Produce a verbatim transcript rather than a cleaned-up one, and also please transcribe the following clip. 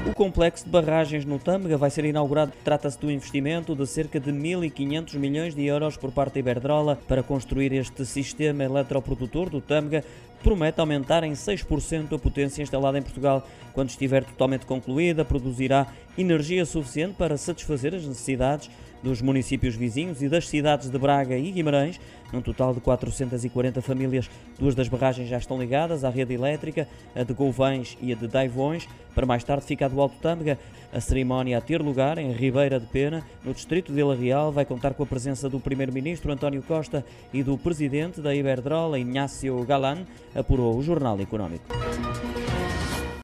O complexo de barragens no Tâmega vai ser inaugurado. Trata-se de um investimento de cerca de mil e quinhentos milhões de euros por parte da Iberdrola para construir este sistema eletroprodutor do Tâmega, que promete aumentar em seis por cento a potência instalada em Portugal. Quando estiver totalmente concluída, produzirá energia suficiente para satisfazer as necessidades dos municípios vizinhos e das cidades de Braga e Guimarães. Num total de quatrocentas e quarenta famílias, duas das barragens já estão ligadas à rede elétrica, a de Gouvães e a de Daivões. Para mais tarde fica a do Alto Tâmega. A cerimónia a ter lugar em Ribeira de Pena, no distrito de Vila Real, vai contar com a presença do primeiro-ministro António Costa e do presidente da Iberdrola, Inácio Galán, apurou o Jornal Económico.